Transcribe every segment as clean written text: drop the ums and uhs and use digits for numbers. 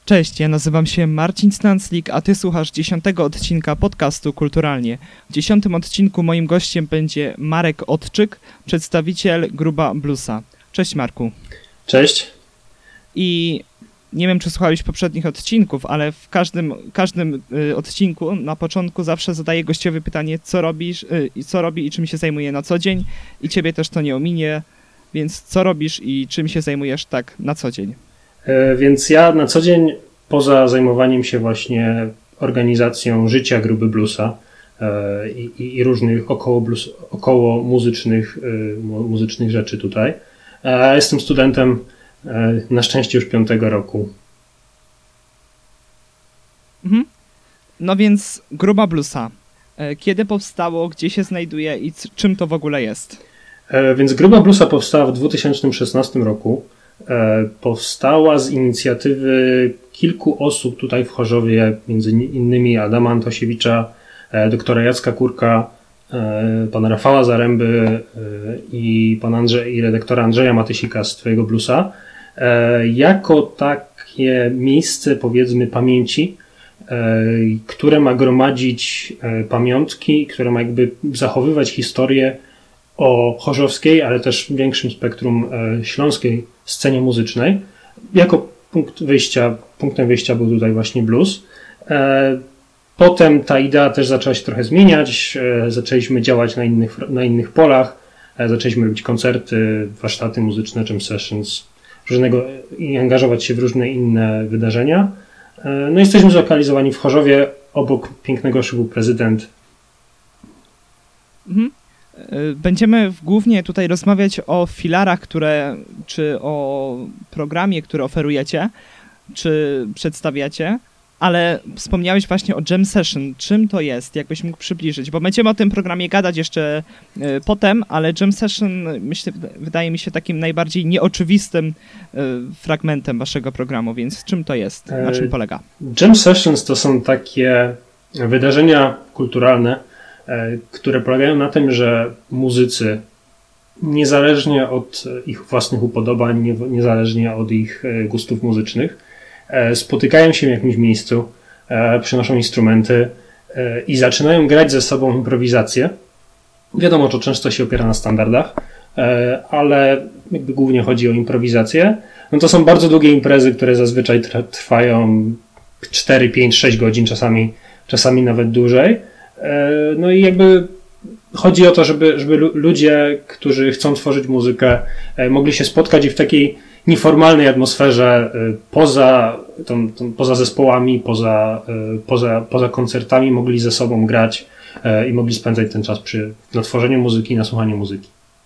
Cześć, ja nazywam się Marcin Stanclik, a ty słuchasz 10. odcinka podcastu Kulturalnie. W 10. odcinku moim gościem będzie Marek Odczyk, przedstawiciel Gruba Bluesa. Cześć Marku. Cześć. I nie wiem, czy słuchałeś poprzednich odcinków, ale w każdym odcinku na początku zawsze zadaję gościowi pytanie, co robi i czym się zajmuje na co dzień. I ciebie też to nie ominie, więc co robisz i czym się zajmujesz tak na co dzień? Więc ja na co dzień, poza zajmowaniem się właśnie organizacją życia Gruby Bluesa i różnych około muzycznych rzeczy tutaj, jestem studentem na szczęście już 5. roku. No więc Gruba Bluesa. Kiedy powstało, gdzie się znajduje i czym to w ogóle jest? Więc Gruba Bluesa powstała w 2016 roku. Powstała z inicjatywy kilku osób tutaj w Chorzowie, między innymi Adama Antosiewicza, doktora Jacka Kurka, pana Rafała Zaręby i redaktora Andrzeja Matysika z Twojego Bluesa, jako takie miejsce, powiedzmy, pamięci, które ma gromadzić pamiątki, które ma jakby zachowywać historię o chorzowskiej, ale też większym spektrum śląskiej scenie muzycznej. Jako punktem wyjścia był tutaj właśnie blues. Potem ta idea też zaczęła się trochę zmieniać. Zaczęliśmy działać na innych polach. Zaczęliśmy robić koncerty, warsztaty muzyczne, jam sessions, i angażować się w różne inne wydarzenia. No jesteśmy zlokalizowani w Chorzowie, obok pięknego szybu Prezydent. Będziemy głównie tutaj rozmawiać o filarach, czy o programie, który oferujecie, czy przedstawiacie, ale wspomniałeś właśnie o Jam Session. Czym to jest? Jakbyś mógł przybliżyć? Bo będziemy o tym programie gadać jeszcze potem, ale Jam Session wydaje mi się takim najbardziej nieoczywistym fragmentem waszego programu, więc czym to jest? Na czym polega? Jam Sessions to są takie wydarzenia kulturalne, które polegają na tym, że muzycy, niezależnie od ich własnych upodobań, niezależnie od ich gustów muzycznych, spotykają się w jakimś miejscu, przynoszą instrumenty i zaczynają grać ze sobą improwizację. Wiadomo, że często się opiera na standardach, ale jakby głównie chodzi o improwizację. No to są bardzo długie imprezy, które zazwyczaj trwają 4, 5, 6 godzin, czasami nawet dłużej. No i jakby chodzi o to, żeby ludzie, którzy chcą tworzyć muzykę, mogli się spotkać i w takiej nieformalnej atmosferze, poza zespołami, poza koncertami, mogli ze sobą grać i mogli spędzać ten czas na tworzeniu muzyki, na słuchaniu muzyki.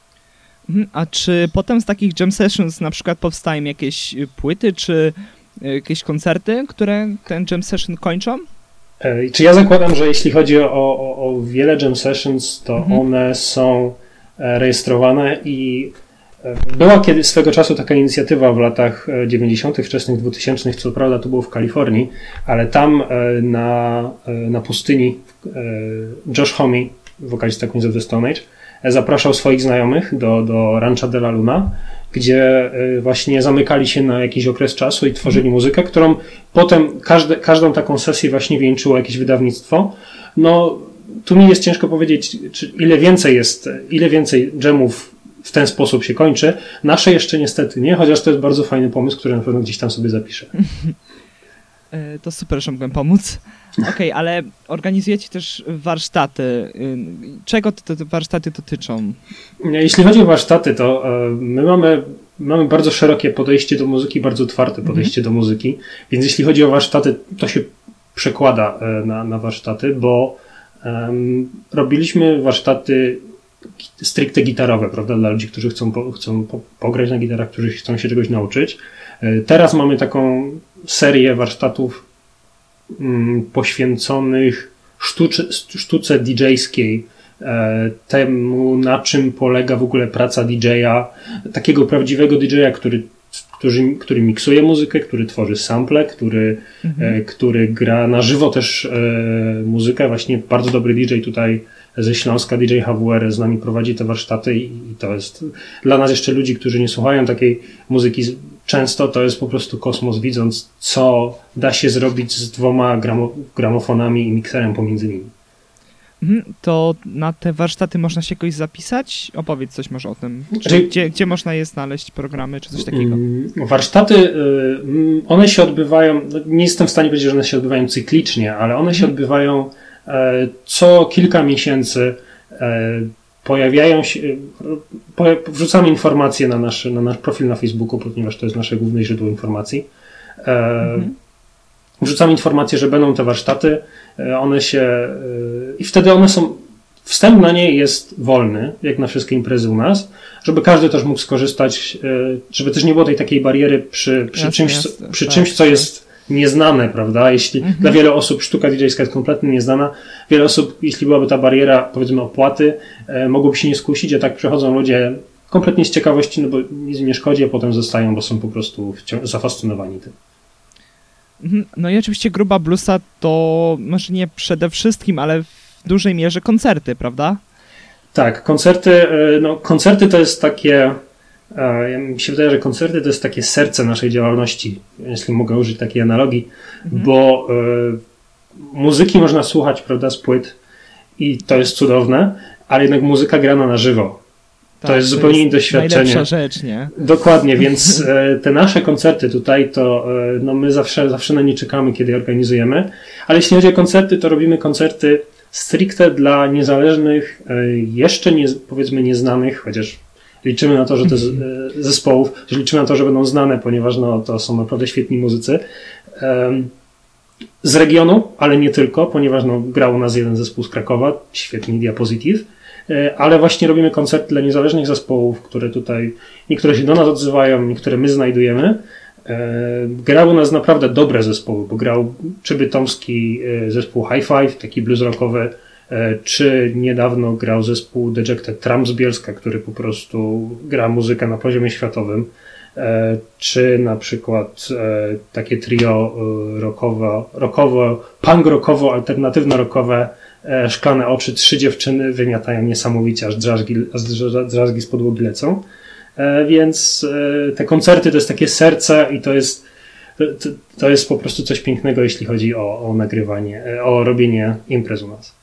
A czy potem z takich jam sessions na przykład powstają jakieś płyty, czy jakieś koncerty, które ten jam session kończą? Czy ja zakładam, że jeśli chodzi o wiele jam sessions, to one są rejestrowane i była swego czasu taka inicjatywa w latach 90., wczesnych 2000, co prawda to było w Kalifornii, ale tam na pustyni Josh Homme, wokalista Queens of the Stone Age, zapraszał swoich znajomych do Rancha de la Luna, gdzie właśnie zamykali się na jakiś okres czasu i tworzyli muzykę, którą potem każdą taką sesję właśnie wieńczyło jakieś wydawnictwo. No, tu mi jest ciężko powiedzieć, ile więcej dżemów w ten sposób się kończy. Nasze jeszcze niestety nie, chociaż to jest bardzo fajny pomysł, który na pewno gdzieś tam sobie zapiszę. To super, że mogłem pomóc. Okej, ale organizujecie też warsztaty. Czego te warsztaty dotyczą? Jeśli chodzi o warsztaty, to my mamy bardzo szerokie podejście do muzyki, bardzo otwarte podejście do muzyki, więc jeśli chodzi o warsztaty, to się przekłada na warsztaty, bo robiliśmy warsztaty stricte gitarowe, prawda, dla ludzi, którzy chcą pograć na gitarach, którzy chcą się czegoś nauczyć. Teraz mamy taką serię warsztatów poświęconych sztuce DJ-skiej, temu, na czym polega w ogóle praca DJ-a, takiego prawdziwego DJ-a, który miksuje muzykę, który tworzy sample, który gra na żywo też muzykę. Właśnie bardzo dobry DJ tutaj ze Śląska, DJ HWR z nami prowadzi te warsztaty i to jest dla nas jeszcze ludzi, którzy nie słuchają takiej muzyki często, to jest po prostu kosmos, widząc co da się zrobić z 2 gramofonami i mikserem pomiędzy nimi. To na te warsztaty można się jakoś zapisać? Opowiedz coś może o tym. Gdzie można je znaleźć, programy czy coś takiego? Warsztaty, one się odbywają, nie jestem w stanie powiedzieć, że one się odbywają cyklicznie, ale one się odbywają co kilka miesięcy. Pojawiają się, wrzucamy informacje na nasz profil na Facebooku, ponieważ to jest nasze główne źródło informacji. Wrzucamy informacje, że będą te warsztaty, one się i wtedy one są, wstęp na nie jest wolny, jak na wszystkie imprezy u nas, żeby każdy też mógł skorzystać, żeby też nie było tej takiej bariery przy czymś, co jest nieznane, prawda? Jeśli dla wielu osób sztuka DJ-ska jest kompletnie nieznana, wiele osób, jeśli byłaby ta bariera, powiedzmy, opłaty, mogłoby się nie skusić, a tak przychodzą ludzie kompletnie z ciekawości, no bo nic im nie szkodzi, a potem zostają, bo są po prostu zafascynowani tym. No i oczywiście Gruba Bluesa to może nie przede wszystkim, ale w dużej mierze koncerty, prawda? Tak, koncerty to jest takie, mi się wydaje, że koncerty to jest takie serce naszej działalności, jeśli mogę użyć takiej analogii, bo muzyki można słuchać, prawda, z płyt i to jest cudowne, ale jednak muzyka grana na żywo. To jest zupełnie inne doświadczenie. Najlepsza rzecz, nie? Dokładnie, więc te nasze koncerty tutaj, to no my zawsze na nie czekamy, kiedy je organizujemy, ale jeśli chodzi o koncerty, to robimy koncerty stricte dla niezależnych, jeszcze powiedzmy nieznanych, chociaż liczymy na to, że te zespołów, że liczymy na to, że będą znane, ponieważ no, to są naprawdę świetni muzycy. Z regionu, ale nie tylko, ponieważ no, grał u nas jeden zespół z Krakowa, świetny Diapozytyw, ale właśnie robimy koncerty dla niezależnych zespołów, które tutaj, niektóre się do nas odzywają, niektóre my znajdujemy. Grał u nas naprawdę dobre zespoły, bo grał czy bytomski zespół High Five, taki blues rockowy, czy niedawno grał zespół Dejected Tramp z Bielska, który po prostu gra muzykę na poziomie światowym, czy na przykład takie trio punk rockowo, alternatywno-rockowe, Szklane oczy, 3 dziewczyny wymiatają niesamowicie, aż drzazgi z podłogi lecą. Więc te koncerty to jest takie serce i to jest po prostu coś pięknego, jeśli chodzi o nagrywanie, o robienie imprez u nas.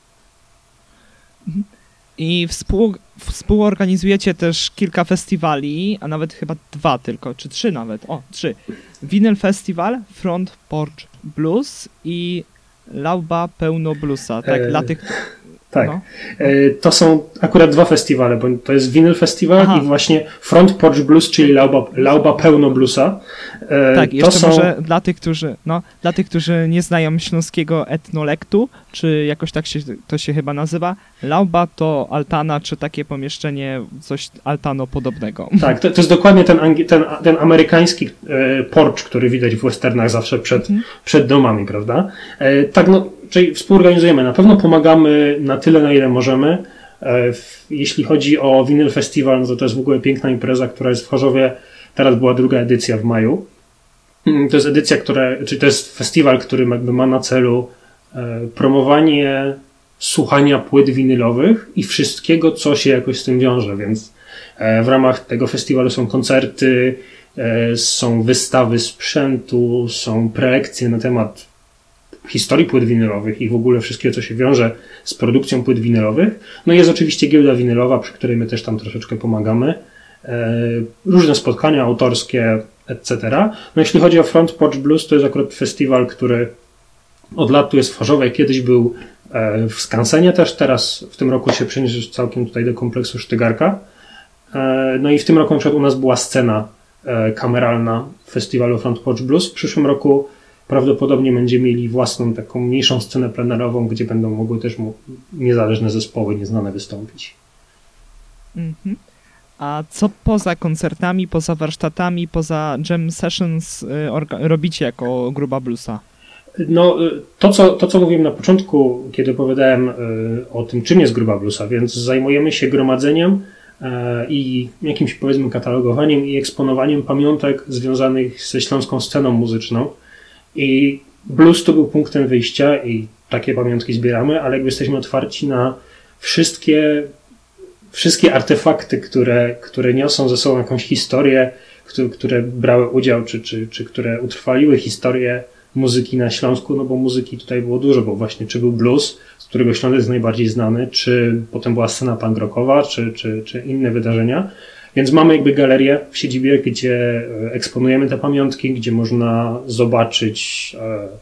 I współorganizujecie też kilka festiwali, a nawet chyba 2 tylko, czy 3 nawet. 3. Vinyl Festival, Front Porch Blues i Lauba Pełno Bluesa, tak? Dla tych... Tak. No. To są akurat 2 festiwale, bo to jest Vinyl Festival i właśnie Front Porch Blues, czyli Lauba Pełno Bluesa. Tak, jeszcze może dla tych, którzy nie znają śląskiego etnolektu, czy jakoś tak to się chyba nazywa, Lauba to altana, czy takie pomieszczenie, coś altano podobnego. Tak, to jest dokładnie ten amerykański porch, który widać w westernach zawsze przed domami, prawda? Tak, no, czyli współorganizujemy. Na pewno pomagamy na tyle, na ile możemy. Jeśli chodzi o Vinyl Festival, no to jest w ogóle piękna impreza, która jest w Chorzowie. Teraz była 2. edycja w maju. To jest edycja, to jest festiwal, który jakby ma na celu promowanie słuchania płyt winylowych i wszystkiego, co się jakoś z tym wiąże, więc w ramach tego festiwalu są koncerty, są wystawy sprzętu, są prelekcje na temat historii płyt winylowych i w ogóle wszystkiego, co się wiąże z produkcją płyt winylowych. No i jest oczywiście giełda winylowa, przy której my też tam troszeczkę pomagamy. Różne spotkania autorskie, etc. No jeśli chodzi o Front Porch Blues, to jest akurat festiwal, który od lat tu jest w Chorzowie, kiedyś był w Skansenie też, teraz w tym roku się przeniósł całkiem tutaj do kompleksu Sztygarka. No i w tym roku na przykład u nas była scena kameralna festiwalu Front Porch Blues. W przyszłym roku prawdopodobnie będziemy mieli własną taką mniejszą scenę plenerową, gdzie będą mogły też niezależne zespoły nieznane wystąpić. A co poza koncertami, poza warsztatami, poza jam sessions robicie jako Gruba Bluesa? No, to co mówiłem na początku, kiedy opowiadałem o tym, czym jest Gruba Bluesa, więc zajmujemy się gromadzeniem i jakimś, powiedzmy, katalogowaniem i eksponowaniem pamiątek związanych ze śląską sceną muzyczną. I blues to był punktem wyjścia i takie pamiątki zbieramy, ale jakby jesteśmy otwarci na wszystkie artefakty, które niosą ze sobą jakąś historię, które brały udział, czy które utrwaliły historię muzyki na Śląsku, no bo muzyki tutaj było dużo, bo właśnie czy był blues, z którego Śląsk jest najbardziej znany, czy potem była scena punk rockowa, czy inne wydarzenia. Więc mamy jakby galerię w siedzibie, gdzie eksponujemy te pamiątki, gdzie można zobaczyć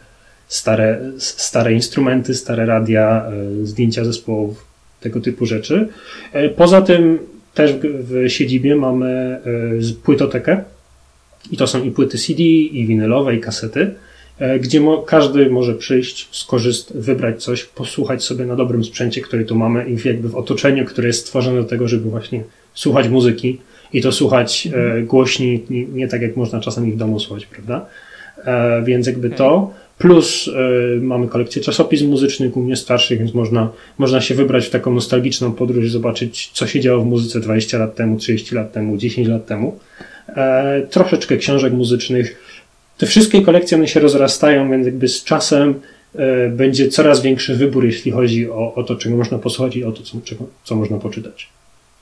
stare instrumenty, stare radia, zdjęcia zespołów, tego typu rzeczy. Poza tym też w siedzibie mamy płytotekę i to są i płyty CD, i winylowe, i kasety, gdzie każdy może przyjść, wybrać coś, posłuchać sobie na dobrym sprzęcie, który tu mamy i jakby w otoczeniu, które jest stworzone do tego, żeby właśnie słuchać muzyki i to słuchać głośniej, nie tak jak można czasami w domu słuchać, prawda? Więc jakby to, plus mamy kolekcję czasopism muzycznych u mnie starszych, więc można się wybrać w taką nostalgiczną podróż i zobaczyć, co się działo w muzyce 20 lat temu, 30 lat temu, 10 lat temu. Troszeczkę książek muzycznych. Te wszystkie kolekcje, one się rozrastają, więc jakby z czasem będzie coraz większy wybór, jeśli chodzi o to, czego można posłuchać i o to, co można poczytać.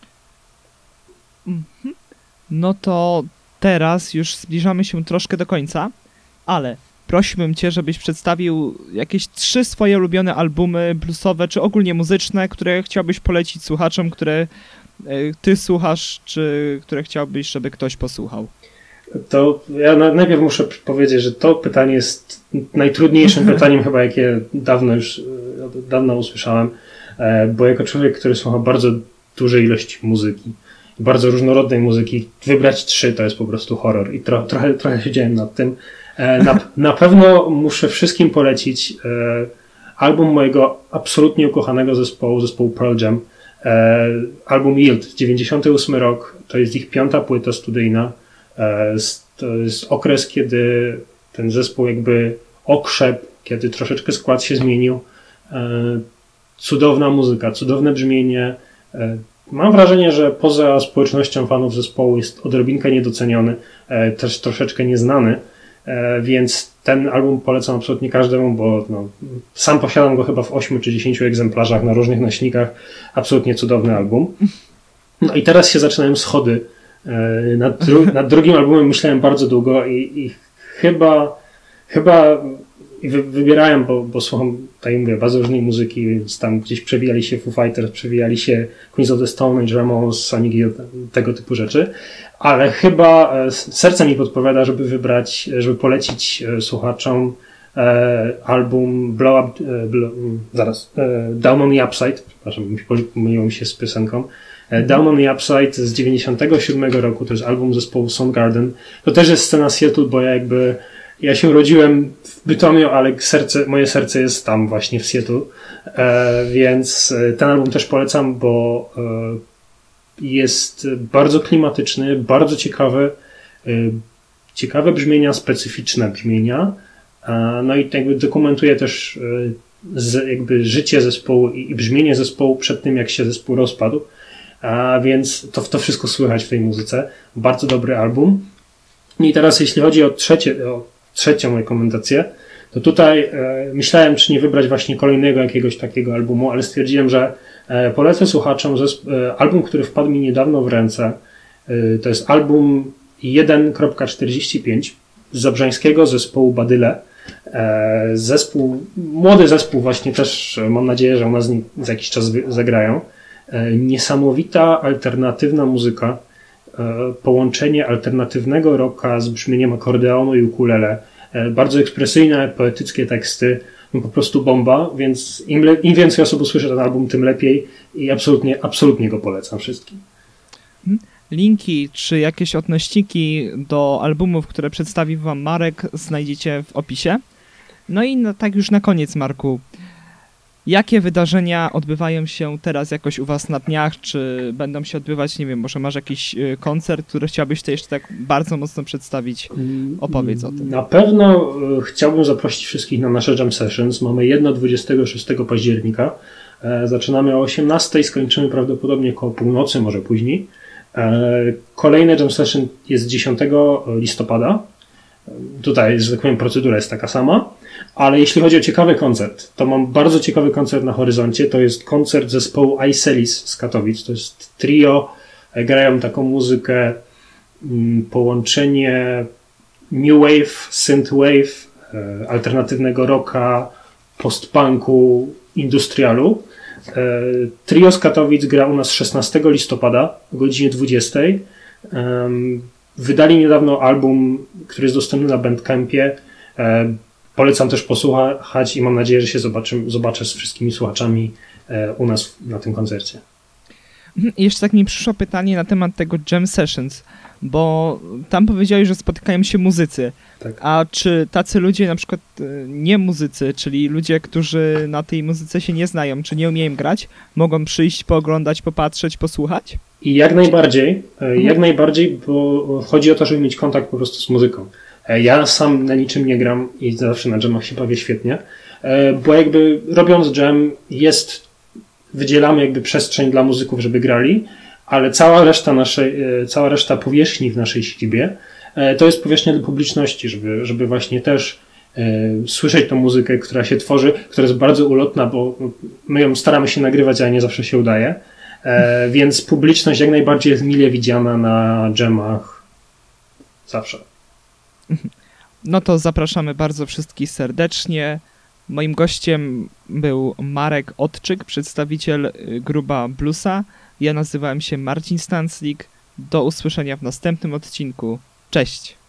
No to teraz już zbliżamy się troszkę do końca, ale prosiłbym Cię, żebyś przedstawił jakieś 3 swoje ulubione albumy bluesowe, czy ogólnie muzyczne, które chciałbyś polecić słuchaczom, które Ty słuchasz, czy które chciałbyś, żeby ktoś posłuchał. To ja najpierw muszę powiedzieć, że to pytanie jest najtrudniejszym pytaniem chyba, jakie dawno usłyszałem, bo jako człowiek, który słucha bardzo dużej ilości muzyki, bardzo różnorodnej muzyki, wybrać 3 to jest po prostu horror i trochę siedziałem nad tym. Na pewno muszę wszystkim polecić album mojego absolutnie ukochanego zespołu Pearl Jam, album Yield, 98 rok, to jest ich 5. płyta studyjna. To jest okres, kiedy ten zespół jakby okrzep, kiedy troszeczkę skład się zmienił. Cudowna muzyka, cudowne brzmienie. Mam wrażenie, że poza społecznością fanów zespołu jest odrobinkę niedoceniony, też troszeczkę nieznany, więc ten album polecam absolutnie każdemu, bo sam posiadam go chyba w 8 czy 10 egzemplarzach na różnych nośnikach. Absolutnie cudowny album. No i teraz się zaczynają schody. Nad drugim albumem myślałem bardzo długo i chyba wybierałem, bo słucham, tak jak mówię, bardzo różnej muzyki, więc tam gdzieś przewijali się Foo Fighters, przewijali się Queens of the Stone Age, Ramones, Sonic Youth, tego typu rzeczy, ale chyba serce mi podpowiada, żeby polecić słuchaczom album Down on the Upside, przepraszam, pomyliło mi się z piosenką. Down on the Upside z 97 roku, to jest album zespołu Soundgarden. To też jest scena Seattle, bo ja się urodziłem w Bytomiu, ale moje serce jest tam właśnie w Seattle, więc ten album też polecam, bo jest bardzo klimatyczny, bardzo ciekawe brzmienia, specyficzne brzmienia, no i jakby dokumentuje też jakby życie zespołu i brzmienie zespołu przed tym, jak się zespół rozpadł. Więc to wszystko słychać w tej muzyce. Bardzo dobry album. I teraz jeśli chodzi o trzecią rekomendację, to tutaj myślałem, czy nie wybrać właśnie kolejnego jakiegoś takiego albumu, ale stwierdziłem, że polecę słuchaczom album, który wpadł mi niedawno w ręce. To jest album 1.45 z zabrzańskiego zespołu Badyle. Młody zespół właśnie też, mam nadzieję, że u nas za jakiś czas zagrają. Niesamowita, alternatywna muzyka, połączenie alternatywnego rocka z brzmieniem akordeonu i ukulele, bardzo ekspresyjne, poetyckie teksty, po prostu bomba, więc im więcej osób usłyszy ten album, tym lepiej i absolutnie go polecam wszystkim. Linki czy jakieś odnośniki do albumów, które przedstawił Wam Marek, znajdziecie w opisie. No i tak już na koniec, Marku, jakie wydarzenia odbywają się teraz jakoś u Was na dniach, czy będą się odbywać, nie wiem, może masz jakiś koncert, który chciałbyś tutaj jeszcze tak bardzo mocno przedstawić? Opowiedz o tym. Na pewno chciałbym zaprosić wszystkich na nasze Jam Sessions. Mamy jedno 26 października. Zaczynamy o 18, skończymy prawdopodobnie koło północy, może później. Kolejne Jam Session jest 10 listopada. Tutaj, że tak powiem, procedura jest taka sama, ale jeśli chodzi o ciekawy koncert, to mam bardzo ciekawy koncert na horyzoncie. To jest koncert zespołu Icelis z Katowic. To jest trio, grają taką muzykę, połączenie new wave, synthwave, alternatywnego rocka, postpunku, industrialu. Trio z Katowic gra u nas 16 listopada o godzinie 20. Wydali niedawno album, który jest dostępny na Bandcampie. Polecam też posłuchać i mam nadzieję, że się zobaczę z wszystkimi słuchaczami u nas na tym koncercie. I jeszcze tak mi przyszło pytanie na temat tego Jam Sessions, bo tam powiedziałeś, że spotykają się muzycy. Tak. A czy tacy ludzie, na przykład nie muzycy, czyli ludzie, którzy na tej muzyce się nie znają, czy nie umieją grać, mogą przyjść, pooglądać, popatrzeć, posłuchać? I jak najbardziej, bo chodzi o to, żeby mieć kontakt po prostu z muzyką. Ja sam na niczym nie gram i zawsze na jamach się bawię świetnie, bo jakby robiąc jam wydzielamy jakby przestrzeń dla muzyków, żeby grali, ale cała reszta powierzchni w naszej siedzibie to jest powierzchnia dla publiczności, żeby właśnie też słyszeć tą muzykę, która się tworzy, która jest bardzo ulotna, bo my ją staramy się nagrywać, ale nie zawsze się udaje. Więc publiczność jak najbardziej jest mile widziana na jamach zawsze. No to zapraszamy bardzo wszystkich serdecznie. Moim gościem był Marek Odczyk, przedstawiciel Gruba Bluesa. Ja nazywałem się Marcin Stanclik. Do usłyszenia w następnym odcinku. Cześć!